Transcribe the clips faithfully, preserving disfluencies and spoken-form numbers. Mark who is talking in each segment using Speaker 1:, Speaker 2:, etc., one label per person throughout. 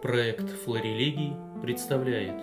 Speaker 1: Проект «Флорелегий» представляет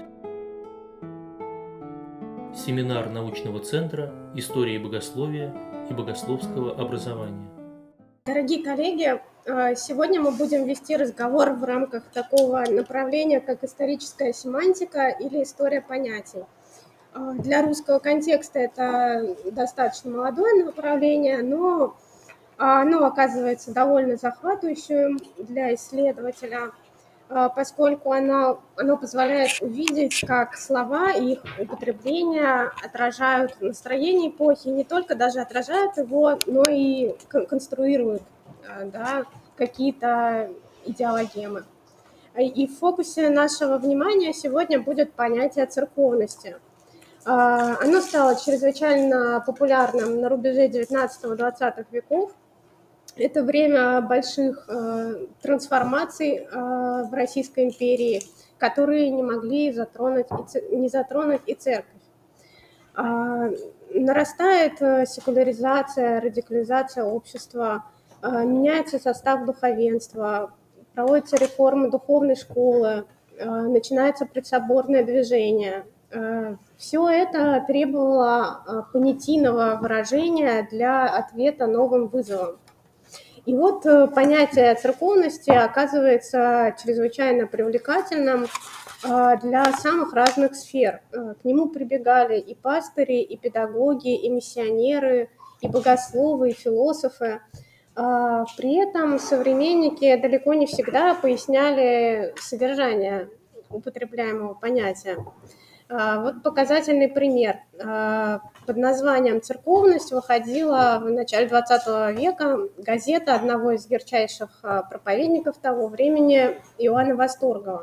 Speaker 1: семинар научного центра истории богословия и богословского образования.
Speaker 2: Дорогие коллеги, сегодня мы будем вести разговор в рамках такого направления, как историческая семантика или история понятий. Для русского контекста это достаточно молодое направление, но оно оказывается довольно захватывающим для исследователя, поскольку оно, оно позволяет увидеть, как слова и их употребление отражают настроение эпохи, не только даже отражают его, но и конструируют, да, какие-то идеологемы. И в фокусе нашего внимания сегодня будет понятие церковности. Оно стало чрезвычайно популярным на рубеже девятнадцатого-двадцатого веков. Это время больших э, трансформаций э, в Российской империи, которые не могли затронуть и, не затронуть и церковь. А, нарастает секуляризация, радикализация общества, а, меняется состав духовенства, проводятся реформы духовной школы, а, начинается предсоборное движение. А, все это требовало понятийного выражения для ответа новым вызовам. И вот понятие церковности оказывается чрезвычайно привлекательным для самых разных сфер. К нему прибегали и пастыри, и педагоги, и миссионеры, и богословы, и философы. При этом современники далеко не всегда поясняли содержание употребляемого понятия. Вот показательный пример. Под названием «Церковность» выходила в начале двадцатого века газета одного из ярчайших проповедников того времени Иоанна Восторгова.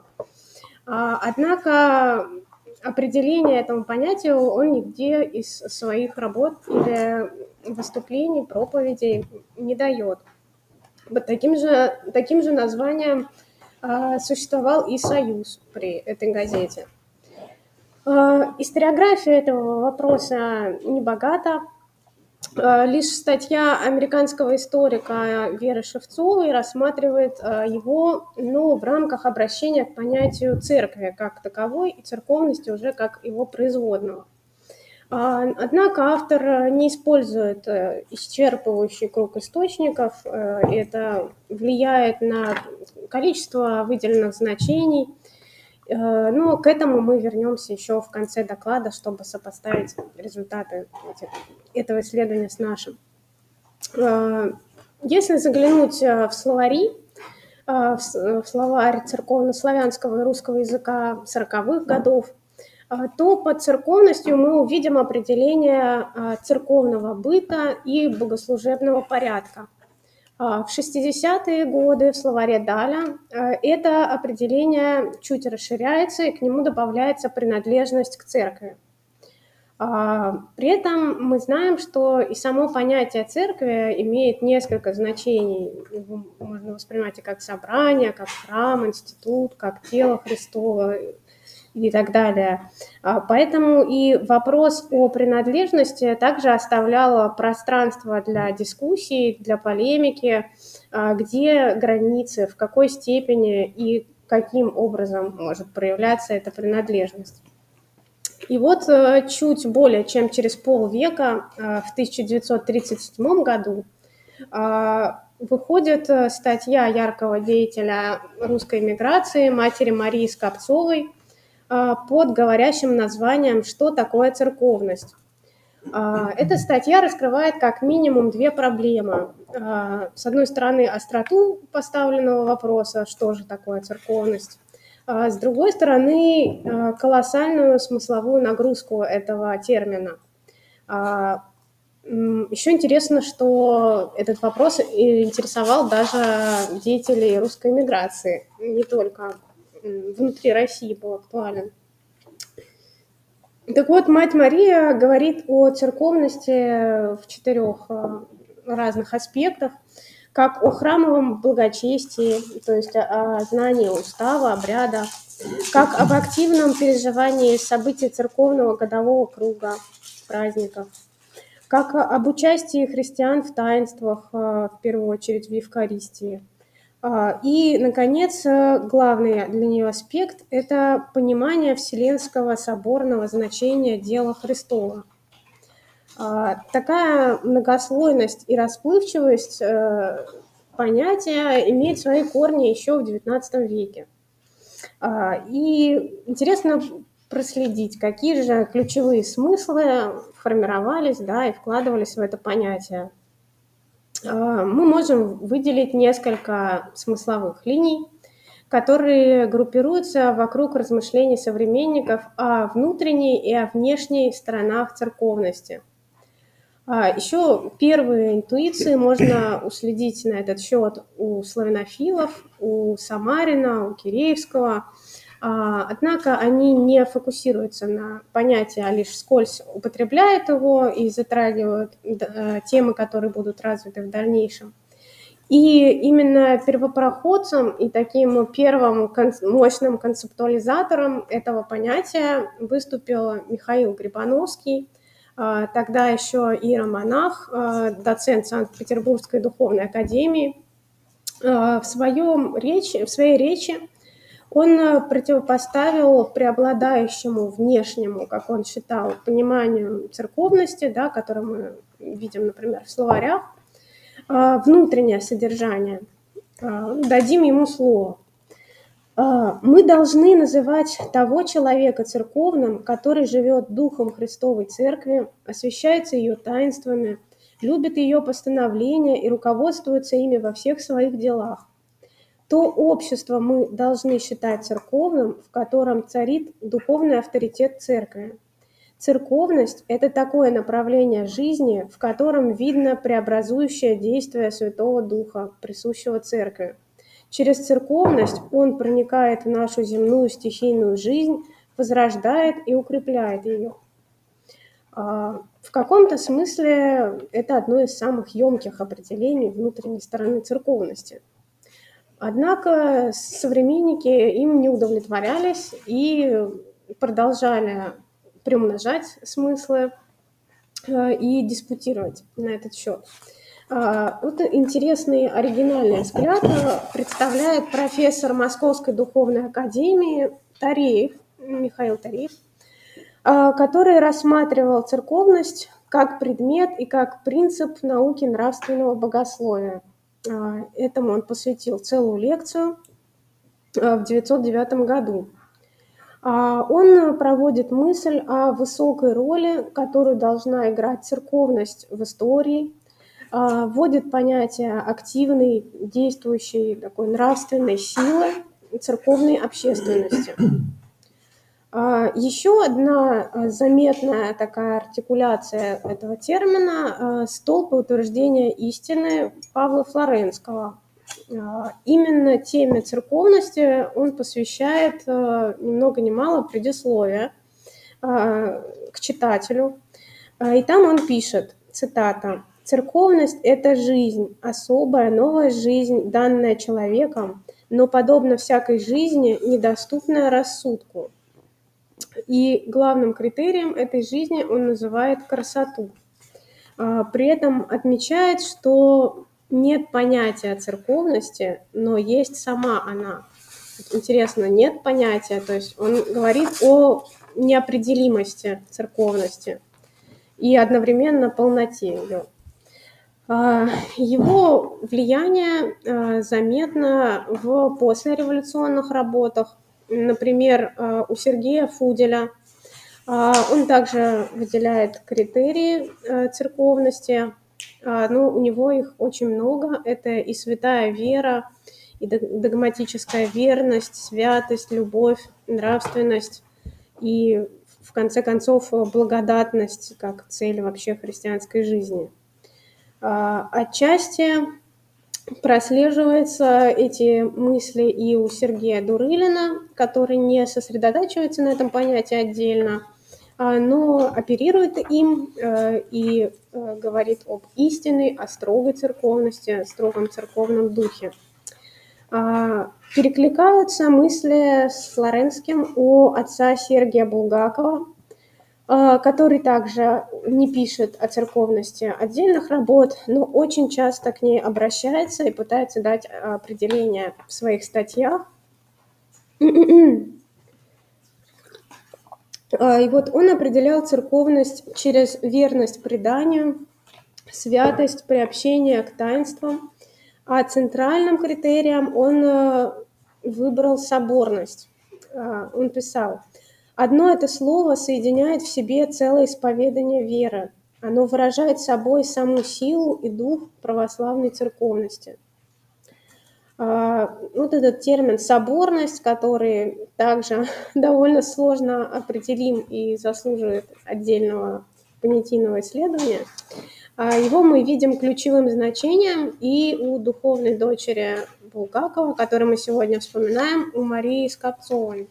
Speaker 2: Однако определение этому понятию он нигде из своих работ или выступлений, проповедей не дает. Вот таким же, таким же названием существовал и «Союз» при этой газете. Историография этого вопроса не богата. Лишь статья американского историка Веры Шевцовой рассматривает его, ну, в рамках обращения к понятию церкви как таковой и церковности уже как его производного. Однако автор не использует исчерпывающий круг источников. Это влияет на количество выделенных значений. Но к этому мы вернемся еще в конце доклада, чтобы сопоставить результаты этого исследования с нашим. Если заглянуть в словари, в словарь церковно-славянского и русского языка сороковых годов, то под церковностью мы увидим определение церковного быта и богослужебного порядка. В шестидесятые годы в словаре Даля это определение чуть расширяется, и к нему добавляется принадлежность к церкви. При этом мы знаем, что и само понятие церкви имеет несколько значений. Его можно воспринимать и как собрание, как храм, институт, как тело Христово и так далее. Поэтому и вопрос о принадлежности также оставлял пространство для дискуссий, для полемики, где границы, в какой степени и каким образом может проявляться эта принадлежность. И вот чуть более чем через полвека, в тысяча девятьсот тридцать седьмом году, выходит статья яркого деятеля русской эмиграции, матери Марии Скопцовой, под говорящим названием «Что такое церковность?». Эта статья раскрывает как минимум две проблемы. С одной стороны, остроту поставленного вопроса, что же такое церковность. С другой стороны, колоссальную смысловую нагрузку этого термина. Еще интересно, что этот вопрос интересовал даже деятелей русской эмиграции, не только внутри России был актуален. Так вот, мать Мария говорит о церковности в четырех разных аспектах, как о храмовом благочестии, то есть о знании устава, обряда, как об активном переживании событий церковного годового круга, праздников, как об участии христиан в таинствах, в первую очередь в Евхаристии, И, наконец, главный для нее аспект – это понимание вселенского соборного значения дела Христова. Такая многослойность и расплывчивость понятия имеет свои корни еще в девятнадцатом веке. И интересно проследить, какие же ключевые смыслы формировались, да, и вкладывались в это понятие. Мы можем выделить несколько смысловых линий, которые группируются вокруг размышлений современников о внутренней и о внешней сторонах церковности. Еще первые интуиции можно уследить на этот счет у славянофилов, у Самарина, у Киреевского. Однако они не фокусируются на понятии, а лишь вскользь употребляют его и затрагивают темы, которые будут развиты в дальнейшем. И именно первопроходцем и таким первым мощным концептуализатором этого понятия выступил Михаил Грибановский, тогда еще иеромонах, доцент Санкт-Петербургской духовной академии. В, своем речи, в своей речи он противопоставил преобладающему внешнему, как он считал, пониманию церковности, да, которое мы видим, например, в словарях, внутреннее содержание. Дадим ему слово. Мы должны называть того человека церковным, который живет духом Христовой Церкви, освящается ее таинствами, любит ее постановления и руководствуется ими во всех своих делах. То общество мы должны считать церковным, в котором царит духовный авторитет Церкви. Церковность – это такое направление жизни, в котором видно преобразующее действие Святого Духа, присущего Церкви. Через церковность он проникает в нашу земную стихийную жизнь, возрождает и укрепляет ее. В каком-то смысле это одно из самых емких определений внутренней стороны церковности. Однако современники им не удовлетворялись и продолжали приумножать смыслы и диспутировать на этот счет. Вот интересный оригинальный взгляд представляет профессор Московской духовной академии Тареев, Михаил Тареев, который рассматривал церковность как предмет и как принцип науки нравственного богословия. Этому он посвятил целую лекцию в девятьсот девятом году. Он проводит мысль о высокой роли, которую должна играть церковность в истории, вводит понятие активной, действующей такой нравственной силы церковной общественности. Еще одна заметная такая артикуляция этого термина – столб утверждения истины Павла Флоренского. Именно теме церковности он посвящает ни много ни мало предисловие к читателю. И там он пишет, цитата: «Церковность – это жизнь, особая, новая жизнь, данная человеком, но, подобно всякой жизни, недоступная рассудку». И главным критерием этой жизни он называет красоту. При этом отмечает, что нет понятия церковности, но есть сама она. Интересно, нет понятия, то есть он говорит о неопределимости церковности и одновременно полноте ее. Его влияние заметно в послереволюционных работах. Например, у Сергея Фуделя. Он также выделяет критерии церковности. Ну, у него их очень много. Это и святая вера, и догматическая верность, святость, любовь, нравственность и, в конце концов, благодатность как цель вообще христианской жизни. Отчасти прослеживаются эти мысли и у Сергея Дурылина, который не сосредотачивается на этом понятии отдельно, но оперирует им и говорит об истинной, о строгой церковности, о строгом церковном духе. Перекликаются мысли с Флоренским у отца Сергия Булгакова, который также не пишет о церковности отдельных работ, но очень часто к ней обращается и пытается дать определение в своих статьях. И вот он определял церковность через верность преданию, святость, приобщение к таинствам, а центральным критерием он выбрал соборность. Он писал: «Одно это слово соединяет в себе целое исповедание веры. Оно выражает собой саму силу и дух православной церковности». Вот этот термин «соборность», который также довольно сложно определим и заслуживает отдельного понятийного исследования, его мы видим ключевым значением и у духовной дочери Булгакова, которую мы сегодня вспоминаем, у Марии Скопцовой.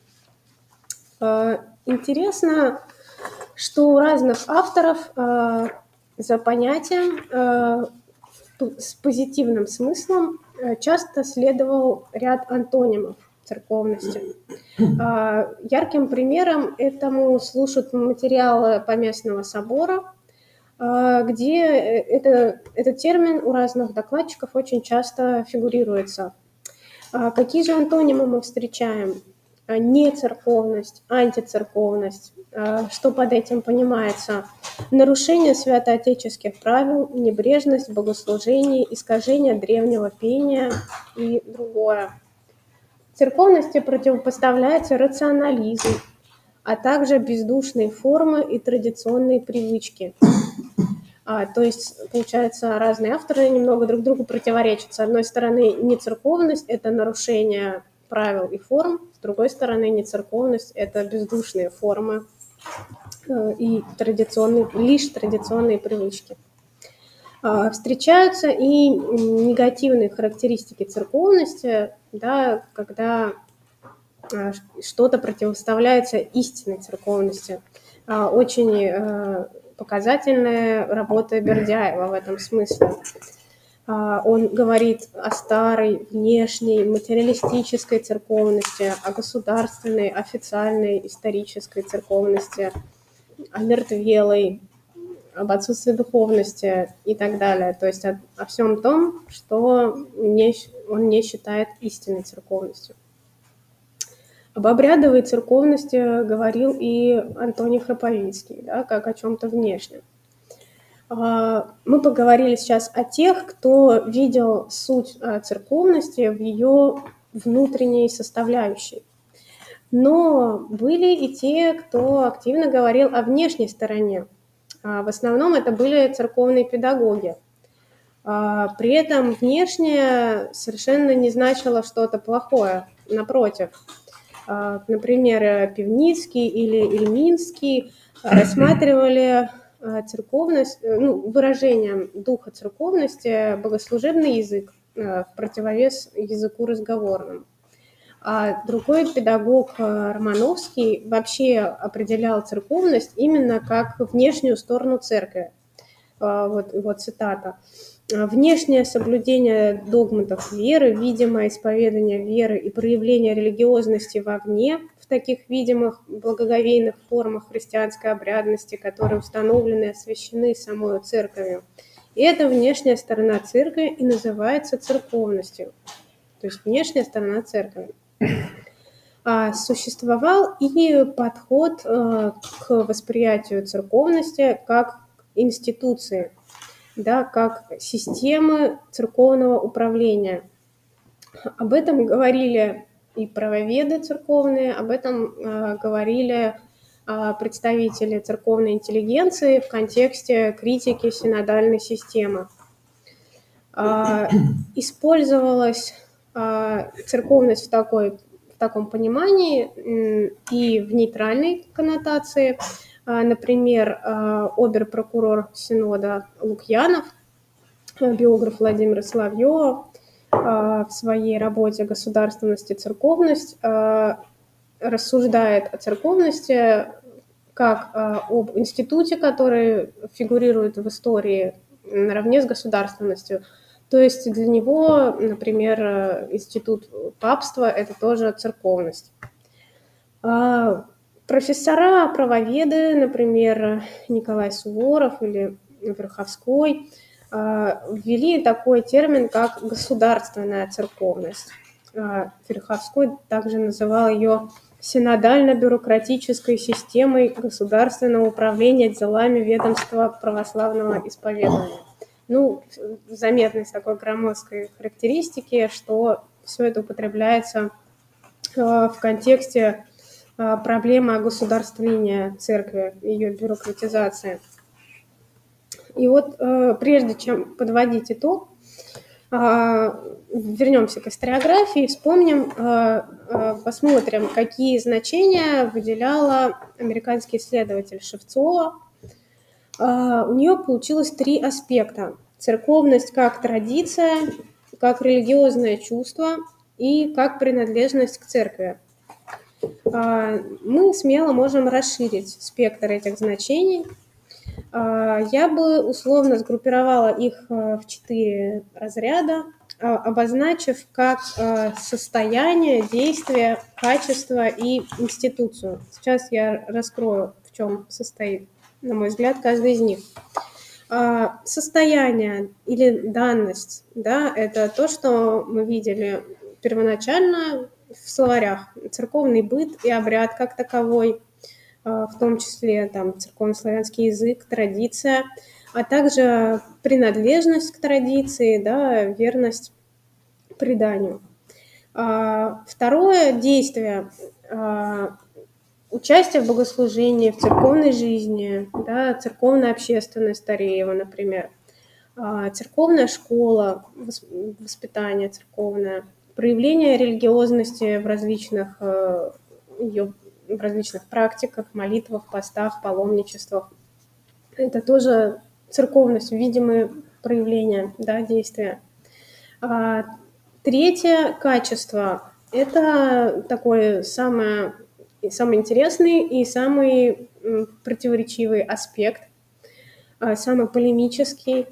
Speaker 2: Интересно, что у разных авторов за понятием с позитивным смыслом часто следовал ряд антонимов церковности. Ярким примером этому служат материалы Поместного собора, где это, этот термин у разных докладчиков очень часто фигурируется. Какие же антонимы мы встречаем? Нецерковность, антицерковность. Что под этим понимается? Нарушение святоотеческих правил, небрежность в богослужении, искажение древнего пения и другое. Церковности противопоставляется рационализм, а также бездушные формы и традиционные привычки. А, то есть, получается, разные авторы немного друг другу противоречат. С одной стороны, нецерковность – это нарушение правил и форм, с другой стороны, нецерковность – это бездушные формы и традиционные, лишь традиционные привычки. Встречаются и негативные характеристики церковности, да, когда что-то противоставляется истинной церковности. Очень показательная работа Бердяева в этом смысле. Он говорит о старой, внешней, материалистической церковности, о государственной, официальной, исторической церковности, о мертвелой, об отсутствии духовности и так далее. То есть о, о всем том, что не, он не считает истинной церковностью. Об обрядовой церковности говорил и Антоний Храповицкий, да, как о чем-то внешнем. Мы поговорили сейчас о тех, кто видел суть церковности в ее внутренней составляющей. Но были и те, кто активно говорил о внешней стороне. В основном это были церковные педагоги. При этом внешнее совершенно не значило что-то плохое, напротив. Например, Пивницкий или Ильминский рассматривали церковность, ну, выражением духа церковности богослужебный язык в противовес языку разговорному. А другой педагог Романовский вообще определял церковность именно как внешнюю сторону церкви. Вот его цитата. «Внешнее соблюдение догматов веры, видимое исповедание веры и проявление религиозности вовне в таких видимых благоговейных формах христианской обрядности, которые установлены и освящены самой церковью. И эта внешняя сторона церкви и называется церковностью». То есть внешняя сторона церкви. А существовал и подход к восприятию церковности как институции, да, как системы церковного управления. Об этом говорили и правоведы церковные, об этом э, говорили э, представители церковной интеллигенции в контексте критики синодальной системы. Э, использовалась э, церковность в, такой, в таком понимании э, и в нейтральной коннотации. Например, обер-прокурор Синода Лукьянов, биограф Владимира Соловьева, в своей работе «Государственность и церковность» рассуждает о церковности как об институте, который фигурирует в истории наравне с государственностью. То есть для него, например, институт папства – это тоже церковность. Профессора, правоведы, например, Николай Суворов или Верховской, ввели такой термин, как государственная церковность. Верховской также называл ее синодально-бюрократической системой государственного управления делами ведомства православного исповедания. Ну, заметно из такой громоздкой характеристики, что все это употребляется в контексте проблемы огосударствления церкви, ее бюрократизации. И вот прежде чем подводить итог, вернемся к историографии, вспомним, посмотрим, какие значения выделяла американский исследователь Шевцова. У нее получилось три аспекта. Церковность как традиция, как религиозное чувство и как принадлежность к церкви. Мы смело можем расширить спектр этих значений. Я бы условно сгруппировала их в четыре разряда, обозначив как состояние, действие, качество и институцию. Сейчас я раскрою, в чем состоит, на мой взгляд, каждый из них. Состояние или данность, да, это то, что мы видели первоначально в словарях. Церковный быт и обряд как таковой, в том числе там, церковнославянский язык, традиция, а также принадлежность к традиции, да, верность преданию. Второе – действие. Участие в богослужении, в церковной жизни, да, церковная общественность Тареева, например, церковная школа, воспитание церковное, проявление религиозности в различных, ее, в различных практиках, молитвах, постах, паломничествах. Это тоже церковность, видимые проявления, да, действия. Третье – качество. Это такое самое... самый интересный и самый противоречивый аспект, самый полемический.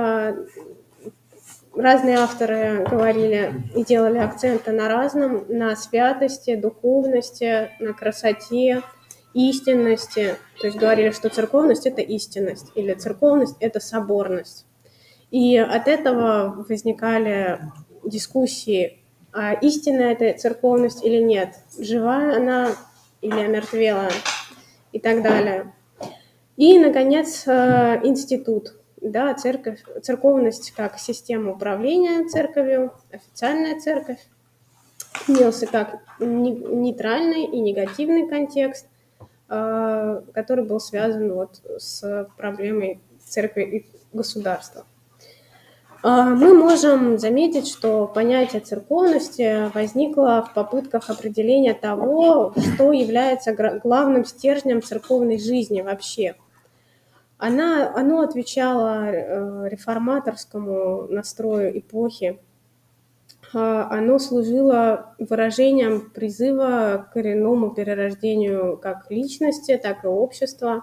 Speaker 2: Разные авторы говорили и делали акценты на разном, на святости, духовности, на красоте, истинности. То есть говорили, что церковность – это истинность, или церковность – это соборность. И от этого возникали дискуссии, а истинная это церковность или нет, живая она или омертвела и так далее. И, наконец, институт, да, церковь, церковность как система управления церковью, официальная церковь, имелся как нейтральный и негативный контекст, который был связан вот с проблемой церкви и государства. Мы можем заметить, что понятие церковности возникло в попытках определения того, что является главным стержнем церковной жизни вообще. Она, оно отвечало реформаторскому настрою эпохи. Оно служило выражением призыва к коренному перерождению как личности, так и общества.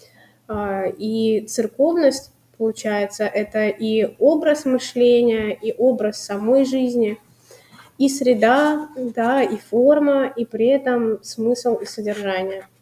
Speaker 2: И церковность, получается, это и образ мышления, и образ самой жизни, и среда, да, и форма, и при этом смысл и содержание.